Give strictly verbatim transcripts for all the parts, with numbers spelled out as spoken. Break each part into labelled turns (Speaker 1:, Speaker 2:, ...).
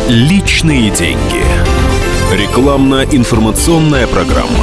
Speaker 1: Личные деньги. Рекламно-информационная программа.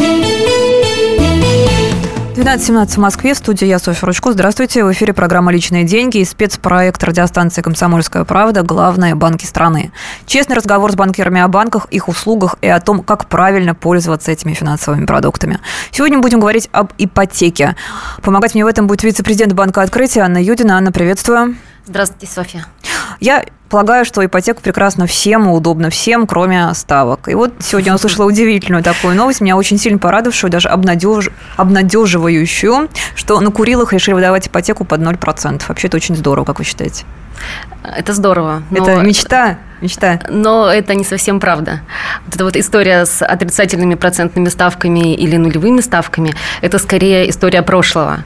Speaker 2: двенадцать семнадцать в Москве. В студии я, Софья Ручко. Здравствуйте. В эфире программа «Личные деньги» и спецпроект радиостанции «Комсомольская правда» «Главные банки страны». Честный разговор с банкирами о банках, их услугах и о том, как правильно пользоваться этими финансовыми продуктами. Сегодня будем говорить об ипотеке. Помогать мне в этом будет вице-президент Банка Открытия Анна Юдина. Анна, приветствую.
Speaker 3: Здравствуйте, Софья.
Speaker 2: Я полагаю, что ипотека прекрасна всем, удобна всем, кроме ставок. И вот сегодня я услышала удивительную такую новость, меня очень сильно порадовавшую, даже обнадеж... обнадеживающую, что на Курилах решили выдавать ипотеку под ноль процентов. Вообще это очень здорово, как вы считаете?
Speaker 3: Это здорово.
Speaker 2: Но... Это мечта, мечта.
Speaker 3: Но это не совсем правда. Вот эта вот история с отрицательными процентными ставками или нулевыми ставками, это скорее история прошлого.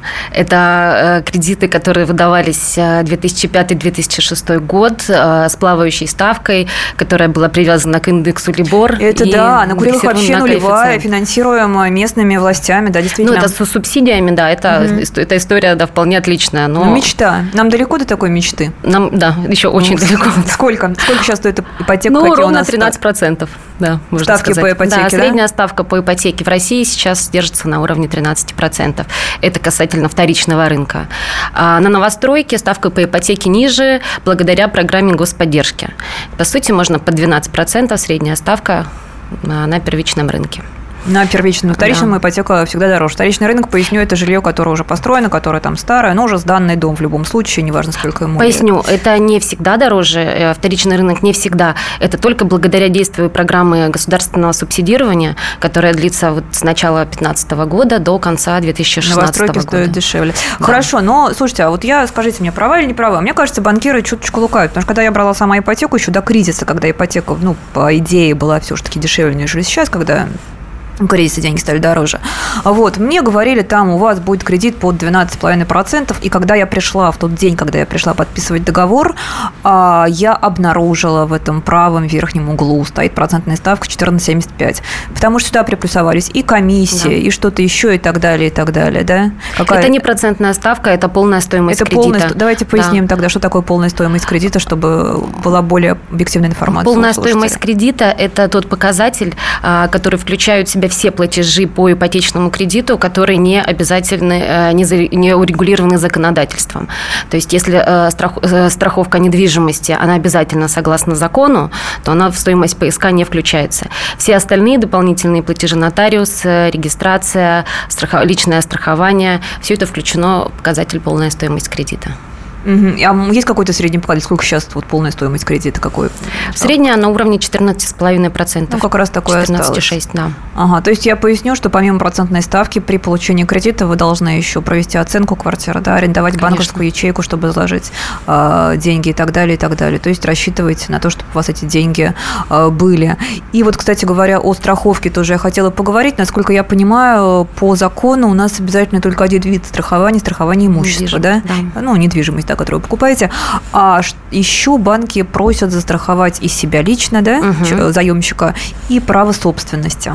Speaker 3: Это кредиты, которые выдавались две тысячи пятый - две тысячи шестой год с плавающей ставкой, которая была привязана к индексу Либор.
Speaker 2: Это да, на Курилах вообще нулевая, финансируемая местными властями, да, действительно.
Speaker 3: Ну, это с субсидиями, да, это, угу. эта история, да, вполне отличная. Но...
Speaker 2: Ну, мечта. Нам далеко до такой мечты?
Speaker 3: Нам, да, еще очень ну, далеко.
Speaker 2: Сколько? Сколько сейчас стоит ипотека?
Speaker 3: Ну, ровно тринадцать процентов, да, можно
Speaker 2: ставки
Speaker 3: сказать.
Speaker 2: по ипотеке,
Speaker 3: да,
Speaker 2: да?
Speaker 3: Средняя ставка по ипотеке в России сейчас держится на уровне тринадцать процентов. Это касательно вторичного рынка. А на новостройке ставка по ипотеке ниже благодаря программе господдержки. По сути, можно по двенадцать процентов средняя ставка на первичном рынке.
Speaker 2: На первичном, на вторичном
Speaker 3: да.
Speaker 2: ипотека всегда дороже. Вторичный рынок, поясню, это жилье, которое уже построено, которое там старое, но уже сданный дом в любом случае, неважно, сколько ему
Speaker 3: Поясню,
Speaker 2: лет.
Speaker 3: это не всегда дороже, вторичный рынок не всегда. Это только благодаря действию программы государственного субсидирования, которая длится вот с начала две тысячи пятнадцатого года до конца две тысячи шестнадцатого года.
Speaker 2: Новостройки стоят дешевле.
Speaker 3: Да.
Speaker 2: Хорошо, но, слушайте, а вот я, скажите мне, права или не права? Мне кажется, банкиры чуточку лукавят, потому что когда я брала сама ипотеку, еще до кризиса, когда ипотека, ну, по идее, была все-таки дешевле, нежели сейчас, когда... кризисы деньги стали дороже. Вот, мне говорили, там у вас будет кредит под двенадцать целых пять десятых процента, и когда я пришла, в тот день, когда я пришла подписывать договор, я обнаружила в этом правом верхнем углу стоит процентная ставка четырнадцать целых семьдесят пять сотых, потому что сюда приплюсовались и комиссии, да. и что-то еще, и так далее, и так далее, да?
Speaker 3: Какая... Это не процентная ставка, это полная стоимость
Speaker 2: это
Speaker 3: кредита.
Speaker 2: Полная... Давайте поясним
Speaker 3: да.
Speaker 2: тогда, что такое полная стоимость кредита, чтобы была более объективная информация.
Speaker 3: Полная стоимость кредита – это тот показатель, который включает в себя все платежи по ипотечному кредиту, которые не обязательны, не, за, не урегулированы законодательством. То есть, если страх, страховка недвижимости, она обязательно согласно закону, то она в стоимость ПСК не включается. Все остальные дополнительные платежи, нотариус, регистрация, страхов, личное страхование, все это включено в показатель полная стоимость кредита.
Speaker 2: Угу. А есть какой-то средний показатель? Сколько сейчас вот полная стоимость кредита? Какой?
Speaker 3: Средняя на уровне четырнадцать целых пять десятых процента.
Speaker 2: Ну, как раз такое
Speaker 3: четырнадцать целых шесть десятых, да.
Speaker 2: Ага, то есть я поясню, что помимо процентной ставки при получении кредита вы должны еще провести оценку квартиры, да, арендовать Конечно. банковскую ячейку, чтобы заложить э, деньги и так далее, и так далее. То есть рассчитывать на то, чтобы у вас эти деньги э, были. И вот, кстати говоря, о страховке тоже я хотела поговорить. Насколько я понимаю, по закону у нас обязательно только один вид страхования – страхование имущества, да?
Speaker 3: да?
Speaker 2: Ну, недвижимость, да, которую вы покупаете. А еще банки просят застраховать и себя лично, да, угу. заемщика, и право собственности.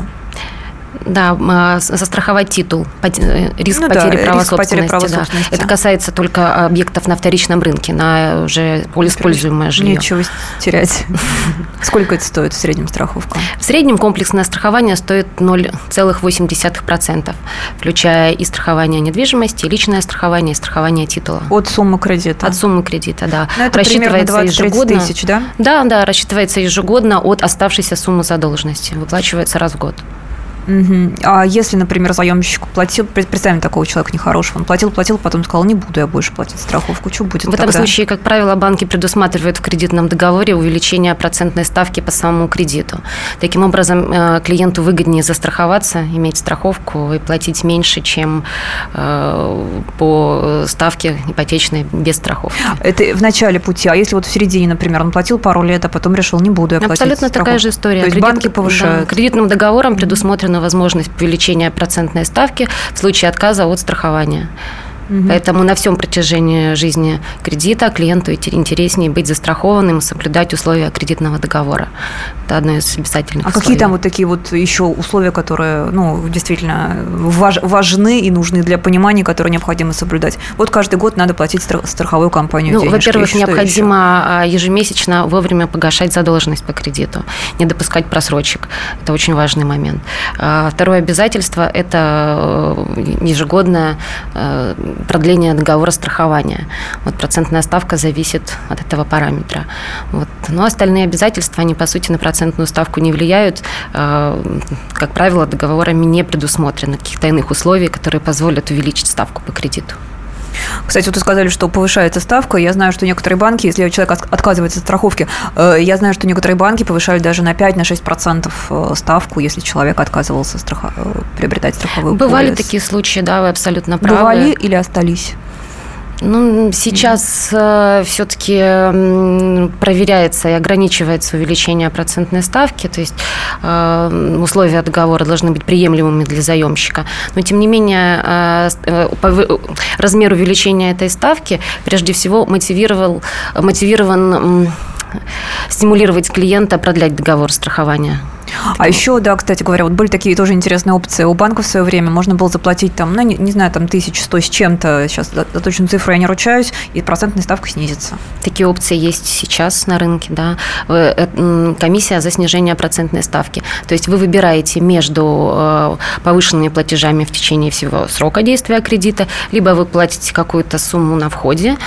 Speaker 3: Да, застраховать титул, риск
Speaker 2: ну,
Speaker 3: потери,
Speaker 2: да,
Speaker 3: права,
Speaker 2: риск
Speaker 3: собственности,
Speaker 2: потери права
Speaker 3: да.
Speaker 2: собственности.
Speaker 3: Это касается только объектов на вторичном рынке, на уже используемое жилье.
Speaker 2: Нечего терять. Сколько это стоит в среднем страховка?
Speaker 3: В среднем комплексное страхование стоит ноль целых восемь десятых процента, включая и страхование недвижимости, и личное страхование, и страхование титула.
Speaker 2: От суммы кредита?
Speaker 3: От суммы кредита, да.
Speaker 2: Но это рассчитывается двадцать-тридцать тысяч, да?
Speaker 3: Да, да, рассчитывается ежегодно от оставшейся суммы задолженности. Выплачивается раз в год.
Speaker 2: Угу. А если, например, заемщик платил, представим такого человека нехорошего, он платил, платил, потом сказал, не буду я больше платить страховку, что будет
Speaker 3: В этом
Speaker 2: тогда?
Speaker 3: случае, как правило, банки предусматривают в кредитном договоре увеличение процентной ставки по самому кредиту. Таким образом, клиенту выгоднее застраховаться, иметь страховку и платить меньше, чем по ставке ипотечной без страховки.
Speaker 2: Это в начале пути, а если вот в середине, например, он платил пару лет, а потом решил, не буду я платить
Speaker 3: Абсолютно
Speaker 2: страховку.
Speaker 3: такая же история.
Speaker 2: То есть
Speaker 3: Кредит,
Speaker 2: банки повышают.
Speaker 3: Да, кредитным договором предусмотрена возможность увеличения процентной ставки в случае отказа от страхования. Угу. Поэтому на всем протяжении жизни кредита клиенту интереснее быть застрахованным, соблюдать условия кредитного договора. Это одно из обязательных
Speaker 2: а
Speaker 3: условий.
Speaker 2: Какие там вот такие вот еще условия, которые, ну, действительно важ, важны и нужны для понимания, которые необходимо соблюдать? Вот каждый год надо платить страховую компанию
Speaker 3: ну,
Speaker 2: денежки.
Speaker 3: Во-первых,
Speaker 2: еще,
Speaker 3: необходимо ежемесячно вовремя погашать задолженность по кредиту, не допускать просрочек. Это очень важный момент. Второе обязательство – это ежегодное продление договора страхования. Вот процентная ставка зависит от этого параметра. Вот. Но остальные обязательства, они, по сути, на процентную ставку не влияют. Как правило, договорами не предусмотрено каких-то иных условий, которые позволят увеличить ставку по кредиту.
Speaker 2: Кстати, вот вы сказали, что повышается ставка. Я знаю, что некоторые банки, если человек отказывается от страховки, я знаю, что некоторые банки повышают даже на пять-шесть процентов ставку, если человек отказывался страхов... приобретать страховой полис.
Speaker 3: Бывали такие случаи, да, вы абсолютно правы.
Speaker 2: Бывали или остались?
Speaker 3: Ну, сейчас mm-hmm. все-таки проверяется и ограничивается увеличение процентной ставки, то есть э, условия договора должны быть приемлемыми для заемщика. Но, тем не менее, э, э, размер увеличения этой ставки прежде всего мотивировал, мотивирован э, стимулировать клиента продлять договор страхования.
Speaker 2: А еще, да, кстати говоря, вот были такие тоже интересные опции у банков в свое время. Можно было заплатить там, ну, не, не знаю, там тысяча сто с чем-то, сейчас за, за точную цифру я не ручаюсь, и процентная ставка снизится.
Speaker 3: Такие опции есть сейчас на рынке, да. Комиссия за снижение процентной ставки. То есть вы выбираете между повышенными платежами в течение всего срока действия кредита, либо вы платите какую-то сумму на входе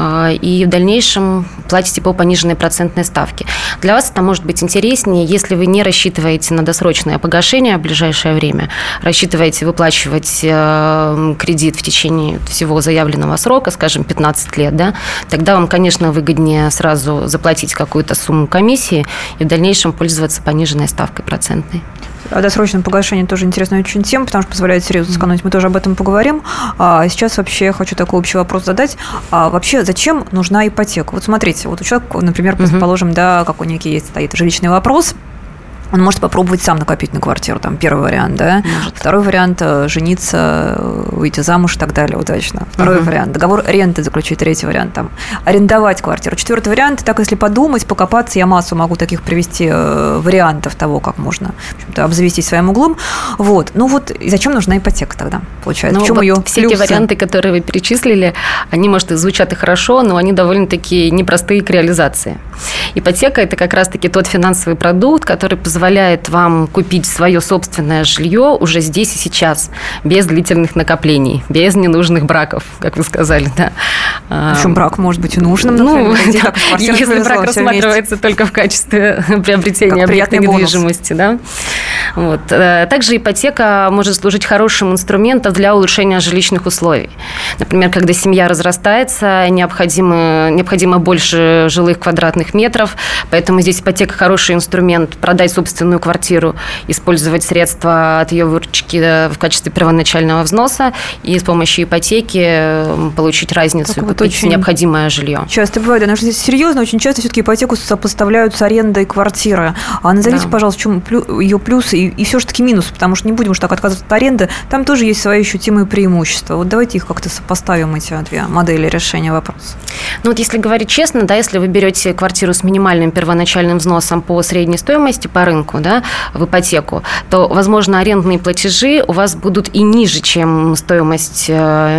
Speaker 3: и в дальнейшем платите по пониженной процентной ставке. Для вас это может быть интереснее, если вы не рассчитываете рассчитываете на досрочное погашение в ближайшее время, рассчитываете выплачивать э, кредит в течение всего заявленного срока, скажем, пятнадцать лет, да, тогда вам, конечно, выгоднее сразу заплатить какую-то сумму комиссии и в дальнейшем пользоваться пониженной ставкой процентной.
Speaker 2: О досрочном погашении тоже интересная очень тема, потому что позволяет серьезно сэкономить. Мы тоже об этом поговорим. А сейчас вообще я хочу такой общий вопрос задать. А вообще, зачем нужна ипотека? Вот смотрите, вот у человека, например, предположим, да, какой некий есть, стоит жилищный вопрос, он может попробовать сам накопить на квартиру, там первый вариант, да. Может. Второй вариант – жениться, выйти замуж и так далее удачно. Второй uh-huh. вариант – договор ренты заключить. Третий вариант – там арендовать квартиру. Четвертый вариант – так, если подумать, покопаться, я массу могу таких привести вариантов того, как можно, в общем-то, обзавестись своим углом. Вот. Ну вот, и зачем нужна ипотека тогда, получается?
Speaker 3: Ну,
Speaker 2: в чем
Speaker 3: вот
Speaker 2: ее
Speaker 3: все
Speaker 2: плюсы?
Speaker 3: эти варианты, которые вы перечислили, они, может, и звучат и хорошо, но они довольно-таки непростые к реализации. Ипотека – это как раз-таки тот финансовый продукт, который позволяет вам купить свое собственное жилье уже здесь и сейчас, без длительных накоплений, без ненужных браков, как вы сказали, да.
Speaker 2: Причем брак может быть и нужным,
Speaker 3: ну,
Speaker 2: например,
Speaker 3: да, если брак рассматривается только в качестве приобретения объекта недвижимости, да. Вот. Также ипотека может служить хорошим инструментом для улучшения жилищных условий. Например, когда семья разрастается, необходимо, необходимо больше жилых квадратных метров, поэтому здесь ипотека хороший инструмент продать собственную квартиру, использовать средства от ее выручки в качестве первоначального взноса и с помощью ипотеки получить разницу и купить необходимое жилье.
Speaker 2: Часто бывает, да, здесь серьезно, очень часто все-таки ипотеку сопоставляют с арендой квартиры. А назовите, да. пожалуйста, в чем ее плюсы и, и все-таки минусы, потому что не будем уж так отказываться от аренды, там тоже есть свои ощутимые преимущества. Вот давайте их как-то сопоставим, эти две модели решения вопроса.
Speaker 3: Ну вот если говорить честно, да, если вы берете квартиру с минимальным первоначальным взносом по средней стоимости по рынку, да, в ипотеку, то, возможно, арендные платежи у вас будут и ниже, чем стоимость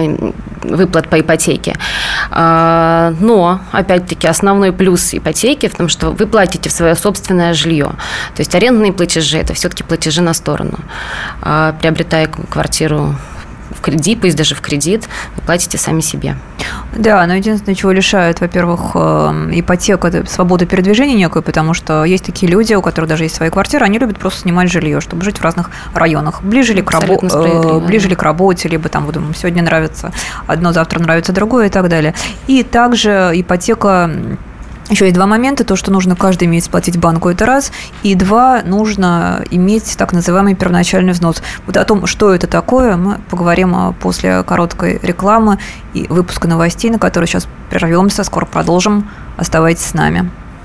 Speaker 3: выплат по ипотеке. Но, опять-таки, основной плюс ипотеки в том, что вы платите в свое собственное жилье. То есть арендные платежи – это все-таки платежи на сторону. Приобретая квартиру в кредит, пусть даже в кредит, вы платите сами себе.
Speaker 2: Да, но единственное, чего лишает, во-первых, ипотека, это свобода передвижения некой, потому что есть такие люди, у которых даже есть свои квартиры, они любят просто снимать жилье, чтобы жить в разных районах. Ближе ли к, рабо- ближе ли к работе, либо там, вот, сегодня нравится одно, завтра нравится другое и так далее. И также ипотека... Еще есть два момента. То, что нужно каждый месяц платить банку, это раз. И два, нужно иметь так называемый первоначальный взнос. Вот о том, что это такое, мы поговорим после короткой рекламы и выпуска новостей, на который сейчас прервемся. Скоро продолжим. Оставайтесь с нами.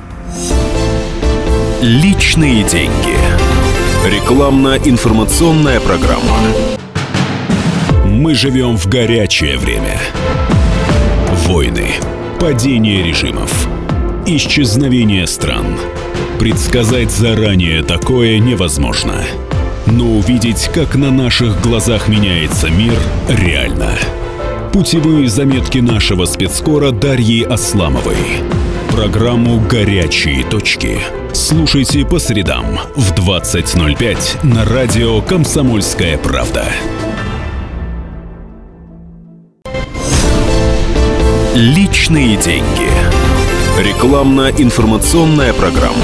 Speaker 1: Личные деньги. Рекламно-информационная программа. Мы живем в горячее время. Войны, падение режимов, исчезновение стран. Предсказать заранее такое невозможно. Но увидеть, как на наших глазах меняется мир, реально. Путевые заметки нашего спецкора Дарьи Асламовой. Программу «Горячие точки» слушайте по средам в двадцать ноль пять на радио «Комсомольская правда». Личные деньги. Рекламно-информационная программа.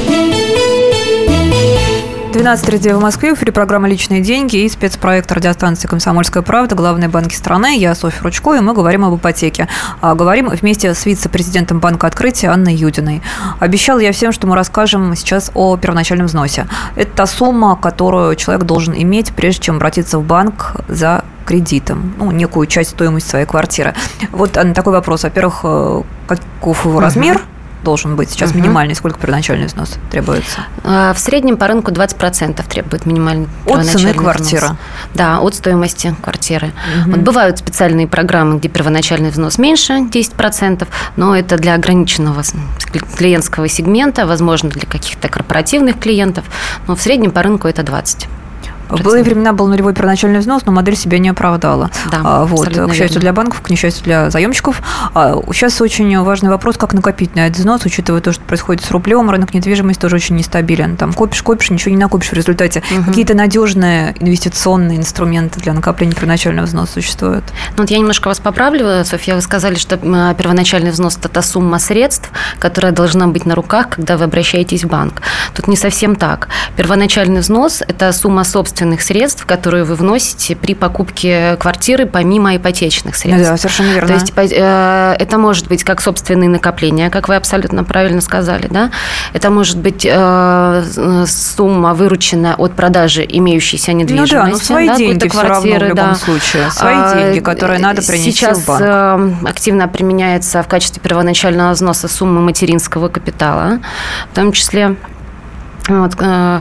Speaker 2: двенадцать тридцать в Москве, в эфире программа «Личные деньги» и спецпроект радиостанции «Комсомольская правда», главные банки страны. Я Софья Ручко, и мы говорим об ипотеке. А, говорим вместе с вице-президентом Банка Открытия Анной Юдиной. Обещала я всем, что мы расскажем сейчас о первоначальном взносе. Это та сумма, которую человек должен иметь, прежде чем обратиться в банк за кредитом, ну, некую часть стоимости своей квартиры. Вот, Анна, такой вопрос. Во-первых, каков его размер должен быть сейчас, угу. минимальный, сколько первоначальный взнос требуется?
Speaker 3: В среднем по рынку двадцать процентов требует минимальный
Speaker 2: от
Speaker 3: первоначальный
Speaker 2: цены квартиры?
Speaker 3: Взнос. Да, от стоимости квартиры.
Speaker 2: Угу. Вот
Speaker 3: бывают специальные программы, где первоначальный взнос меньше десять процентов, но это для ограниченного клиентского сегмента, возможно, для каких-то корпоративных клиентов, но в среднем по рынку это двадцать процентов.
Speaker 2: В былые времена был нулевой первоначальный взнос, но модель себя не оправдала.
Speaker 3: Да,
Speaker 2: а, вот, к счастью
Speaker 3: верно. Для
Speaker 2: банков, к несчастью для заемщиков. А, сейчас очень важный вопрос, как накопить на этот взнос, учитывая то, что происходит с рублем. Рынок недвижимости тоже очень нестабилен. Там копишь, копишь, ничего не накопишь в результате. Угу. Какие-то надежные инвестиционные инструменты для накопления первоначального взноса существуют?
Speaker 3: Ну, вот я немножко вас поправлю, Софья. Вы сказали, что первоначальный взнос – это та сумма средств, которая должна быть на руках, когда вы обращаетесь в банк. Тут не совсем так. Первоначальный взнос – это сумма собственных средств, которые вы вносите при покупке квартиры помимо ипотечных средств.
Speaker 2: Да, совершенно верно.
Speaker 3: То есть это может быть как собственные накопления, как вы абсолютно правильно сказали, да? Это может быть сумма, вырученная от продажи имеющейся недвижимости. Ну да, но
Speaker 2: свои
Speaker 3: да,
Speaker 2: деньги все равно в любом да. случае. Свои а, деньги, которые надо принести
Speaker 3: сейчас
Speaker 2: в банк.
Speaker 3: Активно применяется в качестве первоначального взноса сумма материнского капитала, в том числе... Вот,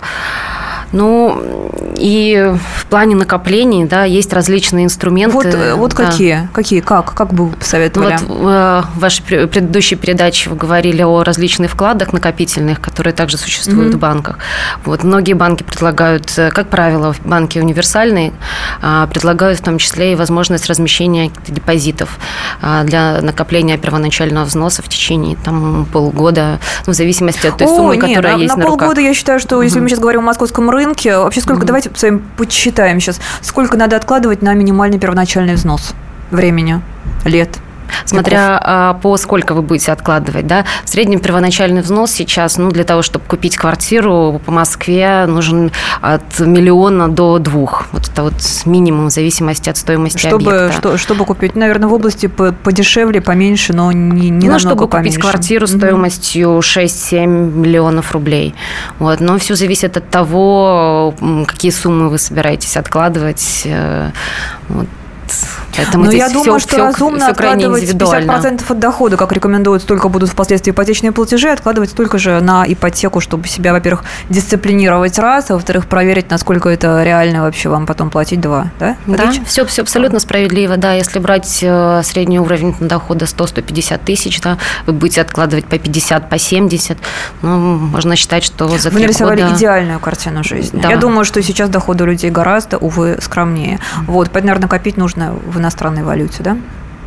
Speaker 3: ну, и в плане накоплений, да, есть различные инструменты.
Speaker 2: Вот, вот да. какие? Какие? Как? Как бы вы посоветовали?
Speaker 3: Вот в вашей предыдущей передаче вы говорили о различных вкладах накопительных, которые также существуют mm-hmm. в банках. Вот, многие банки предлагают, как правило, банки универсальные, предлагают в том числе и возможность размещения депозитов для накопления первоначального взноса в течение там, полугода, ну, в зависимости от той
Speaker 2: о,
Speaker 3: суммы,
Speaker 2: нет,
Speaker 3: которая
Speaker 2: на,
Speaker 3: есть
Speaker 2: на,
Speaker 3: на руках.
Speaker 2: На полгода я считаю, что если mm-hmm. мы сейчас говорим о московском рынке, вообще сколько, mm-hmm. давайте с вами подсчитаем сейчас, сколько надо откладывать на минимальный первоначальный взнос времени, лет?
Speaker 3: Смотря а, по сколько вы будете откладывать, да. В среднем первоначальный взнос сейчас, ну, для того, чтобы купить квартиру по Москве, нужен от миллиона до двух. Вот это вот минимум в зависимости от стоимости
Speaker 2: чтобы,
Speaker 3: объекта.
Speaker 2: Что, чтобы купить, наверное, в области подешевле, поменьше, но не, не
Speaker 3: ну,
Speaker 2: намного
Speaker 3: чтобы
Speaker 2: поменьше.
Speaker 3: Купить квартиру стоимостью mm-hmm. шесть-семь миллионов рублей. Вот. Но все зависит от того, какие суммы вы собираетесь откладывать. Вот. Поэтому
Speaker 2: но я
Speaker 3: все,
Speaker 2: думаю, что
Speaker 3: все,
Speaker 2: разумно
Speaker 3: все
Speaker 2: откладывать пятьдесят процентов от дохода, как рекомендуют, столько будут впоследствии ипотечные платежи, откладывать столько же на ипотеку, чтобы себя, во-первых, дисциплинировать раз, а во-вторых, проверить, насколько это реально вообще вам потом платить два. Да,
Speaker 3: да все, все абсолютно справедливо. Да, если брать средний уровень дохода сто - сто пятьдесят тысяч, да, вы будете откладывать по пятьдесят, по семьдесят, ну, можно считать, что за
Speaker 2: Вы нарисовали
Speaker 3: года...
Speaker 2: идеальную картину жизни.
Speaker 3: Да.
Speaker 2: Я думаю, что сейчас доходы у людей гораздо, увы, скромнее. Вот, поэтому, наверное, копить нужно в иностранной валюте, да?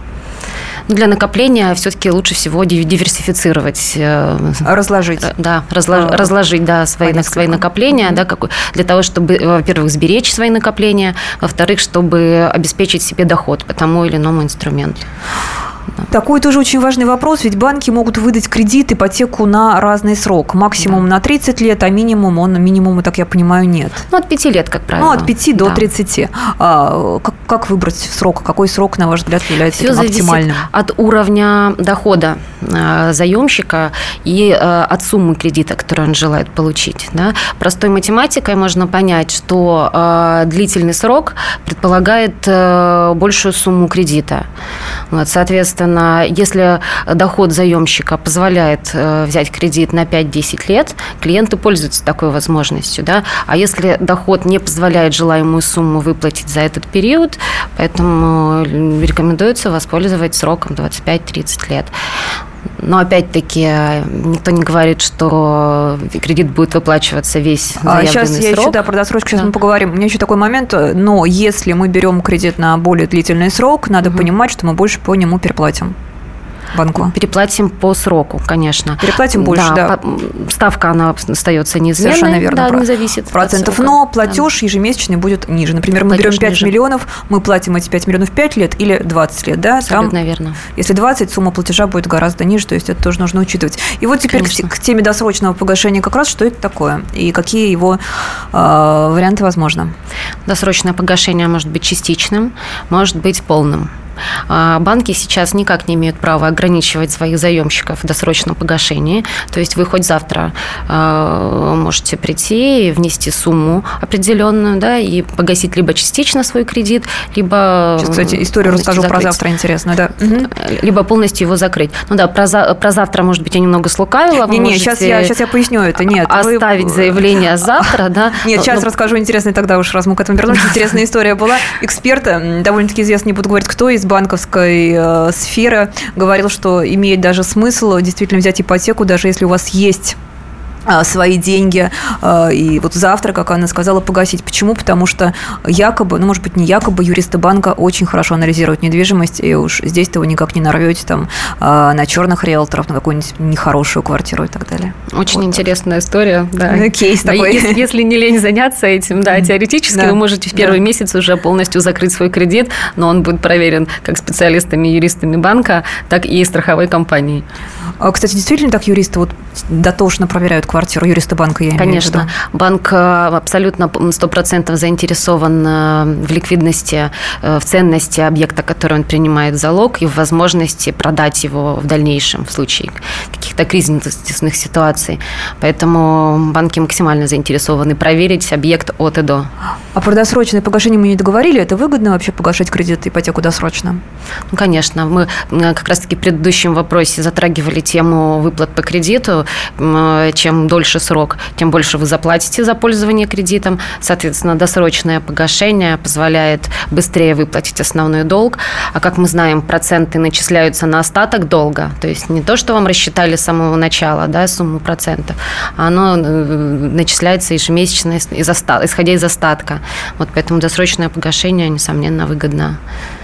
Speaker 3: Для накопления все-таки лучше всего диверсифицировать.
Speaker 2: Разложить.
Speaker 3: Да, разлож, а, разложить да, свои, свои накопления, mm-hmm. да, как, для того, чтобы, во-первых, сберечь свои накопления, во-вторых, чтобы обеспечить себе доход по тому или иному инструменту.
Speaker 2: Такой тоже очень важный вопрос, ведь банки могут выдать кредит, ипотеку на разный срок. Максимум да. на тридцать лет, а минимум, он минимума, так я понимаю, нет.
Speaker 3: Ну, от пяти лет, как правило.
Speaker 2: Ну, от пяти да. до тридцати. А, как, как выбрать срок? Какой срок, на ваш взгляд, является
Speaker 3: Все
Speaker 2: оптимальным?
Speaker 3: От уровня дохода заемщика и от суммы кредита, которую он желает получить. Да? Простой математикой можно понять, что длительный срок предполагает большую сумму кредита. Вот, соответственно, соответственно, если доход заемщика позволяет взять кредит на пять-десять лет, клиенты пользуются такой возможностью, да, а если доход не позволяет желаемую сумму выплатить за этот период, поэтому рекомендуется воспользоваться сроком двадцать пять-тридцать лет. Но опять-таки никто не говорит, что кредит будет выплачиваться весь заявленный
Speaker 2: сейчас
Speaker 3: срок.
Speaker 2: Я еще, да, про досрочку сейчас да. мы поговорим. У меня еще такой момент, но если мы берем кредит на более длительный срок, надо угу. понимать, что мы больше по нему переплатим банку.
Speaker 3: Переплатим по сроку, конечно.
Speaker 2: Переплатим больше, да.
Speaker 3: да. Ставка, она остается неизменной.
Speaker 2: Совершенно верно.
Speaker 3: Да, не зависит
Speaker 2: процентов, но платеж да. ежемесячный будет ниже. Например, мы платеж берем пять ниже. Миллионов, мы платим эти пять миллионов пять лет или двадцать лет, да?
Speaker 3: Абсолютно верно.
Speaker 2: Если двадцать, сумма платежа будет гораздо ниже, то есть это тоже нужно учитывать. И вот теперь к, к теме досрочного погашения как раз, что это такое и какие его э, варианты возможны.
Speaker 3: Досрочное погашение может быть частичным, может быть полным. Банки сейчас никак не имеют права ограничивать своих заемщиков в досрочном погашении. То есть вы хоть завтра можете прийти и внести сумму определенную, да, и погасить либо частично свой кредит, либо...
Speaker 2: Сейчас, кстати, историю расскажу закрыть. Про завтра интересную, да.
Speaker 3: Либо полностью его закрыть. Ну да, про, за, про завтра, может быть, я немного слукавила.
Speaker 2: Не, не, сейчас я, сейчас я поясню это. Нет,
Speaker 3: оставить вы... заявление завтра, да.
Speaker 2: Нет, сейчас но... расскажу интересный тогда уж, раз мы к этому вернулись. Интересная история была. Эксперт, довольно-таки известный, не буду говорить, кто, из банковской э, сферы, говорил, что имеет даже смысл действительно взять ипотеку, даже если у вас есть свои деньги, и вот завтра, как она сказала, погасить. Почему? Потому что якобы, ну, может быть, не якобы, юристы банка очень хорошо анализируют недвижимость, и уж здесь-то вы никак не нарвете там на черных риэлторов, на какую-нибудь нехорошую квартиру и так далее.
Speaker 3: Очень
Speaker 2: вот
Speaker 3: интересная так. история, да.
Speaker 2: Ну, кейс
Speaker 3: да,
Speaker 2: такой.
Speaker 3: Если, если не лень заняться этим, да, теоретически да. вы можете в первый да. месяц уже полностью закрыть свой кредит, но он будет проверен как специалистами, юристами банка, так и страховой компанией.
Speaker 2: Кстати, действительно так юристы вот дотошно проверяют квартиру, юристы банка, я имею
Speaker 3: Конечно.
Speaker 2: в виду?
Speaker 3: Банк абсолютно сто процентов заинтересован в ликвидности, в ценности объекта, который он принимает в залог, и в возможности продать его в дальнейшем в случае каких-то кризисных ситуаций. Поэтому банки максимально заинтересованы проверить объект от и до.
Speaker 2: А про досрочное погашение мы не договорили. Это выгодно вообще погашать кредит, ипотеку досрочно?
Speaker 3: Ну, конечно. Мы как раз-таки в предыдущем вопросе затрагивали тему выплат по кредиту. Чем дольше срок, тем больше вы заплатите за пользование кредитом. Соответственно, досрочное погашение позволяет быстрее выплатить основной долг. А как мы знаем, проценты начисляются на остаток долга. То есть не то, что вам рассчитали с самого начала, да, сумму процентов, а оно начисляется ежемесячно, исходя из остатка. Вот поэтому досрочное погашение, несомненно, выгодно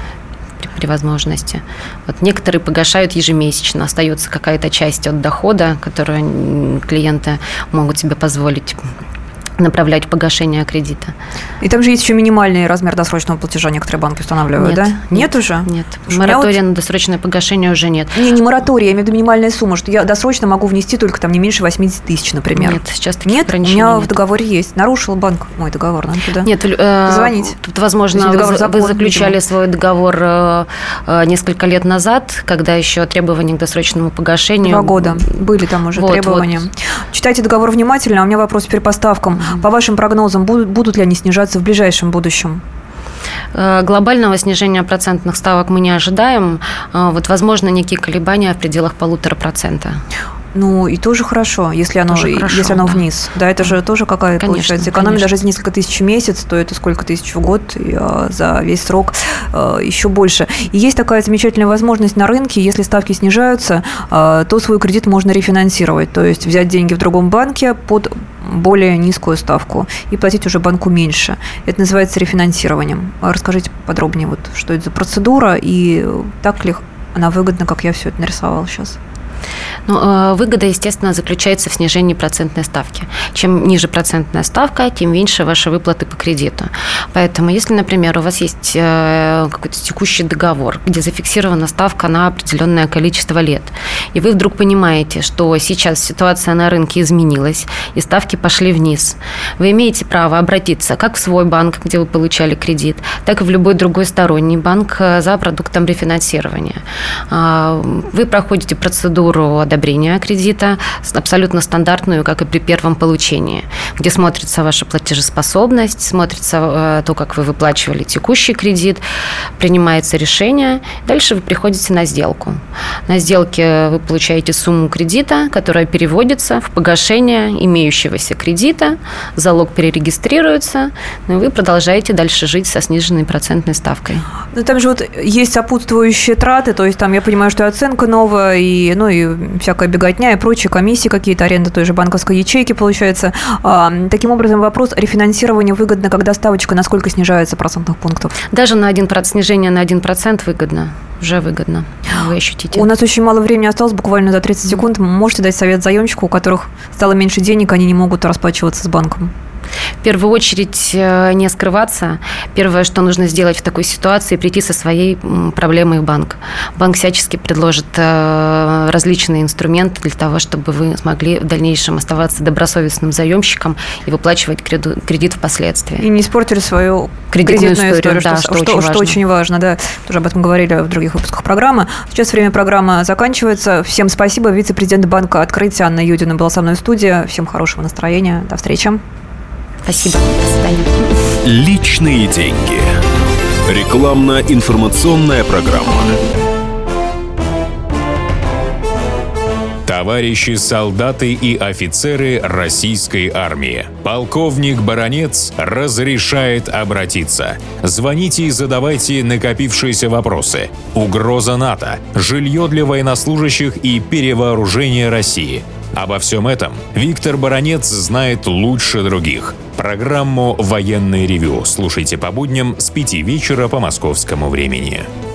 Speaker 3: при возможности. Вот некоторые погашают ежемесячно, остается какая-то часть от дохода, которую клиенты могут себе позволить направлять в погашение кредита. И
Speaker 2: там же есть еще минимальный размер досрочного платежа, некоторые банки устанавливают,
Speaker 3: нет,
Speaker 2: да?
Speaker 3: Нет,
Speaker 2: нет уже?
Speaker 3: Нет. Моратория вот... на досрочное погашение уже нет.
Speaker 2: Не, не моратория, я имею в виду минимальная сумма, что я досрочно могу внести только там не меньше восемьдесят тысяч, например.
Speaker 3: Нет, сейчас таких
Speaker 2: нет,
Speaker 3: ограничений
Speaker 2: у меня
Speaker 3: нет.
Speaker 2: в договоре есть. Нарушил банк мой договор, надо туда
Speaker 3: нет, э,
Speaker 2: позвонить.
Speaker 3: Тут, возможно, вы, закон, вы заключали видимо. свой договор э, несколько лет назад, когда еще требования к досрочному погашению...
Speaker 2: Два года были там уже вот, требования. Вот. Читайте договор внимательно, а у меня вопрос теперь по ставкам. Mm-hmm. По вашим прогнозам, Будут, будут ли они снижаться в ближайшем будущем?
Speaker 3: Глобального снижения процентных ставок мы не ожидаем. Вот, возможно, некие колебания в пределах полутора процента.
Speaker 2: Ну, и тоже хорошо, если оно,
Speaker 3: тоже хорошо,
Speaker 2: если оно
Speaker 3: да.
Speaker 2: вниз. Да, это же тоже какая
Speaker 3: конечно,
Speaker 2: получается экономия,
Speaker 3: конечно.
Speaker 2: даже за несколько тысяч в месяц, то это сколько тысяч в год, и, а, за весь срок а, еще больше. И есть такая замечательная возможность на рынке, если ставки снижаются, а, то свой кредит можно рефинансировать, то есть взять деньги в другом банке под более низкую ставку и платить уже банку меньше. Это называется рефинансированием. Расскажите подробнее, вот, что это за процедура и так ли она выгодна, как я все это нарисовала сейчас.
Speaker 3: Ну, выгода, естественно, заключается в снижении процентной ставки. Чем ниже процентная ставка, тем меньше ваши выплаты по кредиту. Поэтому, если, например, у вас есть какой-то текущий договор, где зафиксирована ставка на определенное количество лет, и вы вдруг понимаете, что сейчас ситуация на рынке изменилась, и ставки пошли вниз, вы имеете право обратиться как в свой банк, где вы получали кредит, так и в любой другой сторонний банк за продуктом рефинансирования. Вы проходите процедуру процедуру одобрения кредита, абсолютно стандартную, как и при первом получении, где смотрится ваша платежеспособность, смотрится то, как вы выплачивали текущий кредит, принимается решение. Дальше вы приходите на сделку. На сделке вы получаете сумму кредита, которая переводится в погашение имеющегося кредита, залог перерегистрируется, и вы продолжаете дальше жить со сниженной процентной ставкой.
Speaker 2: Ну, там же вот есть сопутствующие траты, то есть там, я понимаю, что и оценка новая, и, ну, и всякая беготня, и прочие комиссии какие-то, аренда той же банковской ячейки получается. А, таким образом, вопрос рефинансирования выгодно, когда ставочка на сколько снижается процентных пунктов?
Speaker 3: Даже на один процент, снижение на один процент выгодно, уже выгодно, вы ощутите.
Speaker 2: У нас очень мало времени осталось, буквально за тридцать секунд. Можете дать совет заемщику, у которых стало меньше денег, они не могут расплачиваться с банком?
Speaker 3: В первую очередь не скрываться. Первое, что нужно сделать в такой ситуации, прийти со своей проблемой в банк. Банк всячески предложит различные инструменты для того, чтобы вы смогли в дальнейшем оставаться добросовестным заемщиком и выплачивать кредит впоследствии.
Speaker 2: И не испортили свою
Speaker 3: кредитную,
Speaker 2: кредитную историю,
Speaker 3: историю, да,
Speaker 2: что,
Speaker 3: что,
Speaker 2: что,
Speaker 3: очень
Speaker 2: что
Speaker 3: важно. очень
Speaker 2: важно. Да. Тоже об этом говорили в других выпусках программы. Сейчас время программы заканчивается. Всем спасибо. Вице-президент банка «Открытие» Анна Юдина была со мной в студии. Всем хорошего настроения. До встречи.
Speaker 3: Спасибо. До свидания.
Speaker 1: Личные деньги. Рекламно-информационная программа.
Speaker 4: Товарищи солдаты и офицеры российской армии, полковник Баранец разрешает обратиться. Звоните и задавайте накопившиеся вопросы. Угроза НАТО, жилье для военнослужащих и перевооружение России. Обо всем этом Виктор Баранец знает лучше других. Программу «Военное ревю» слушайте по будням с пяти вечера по московскому времени.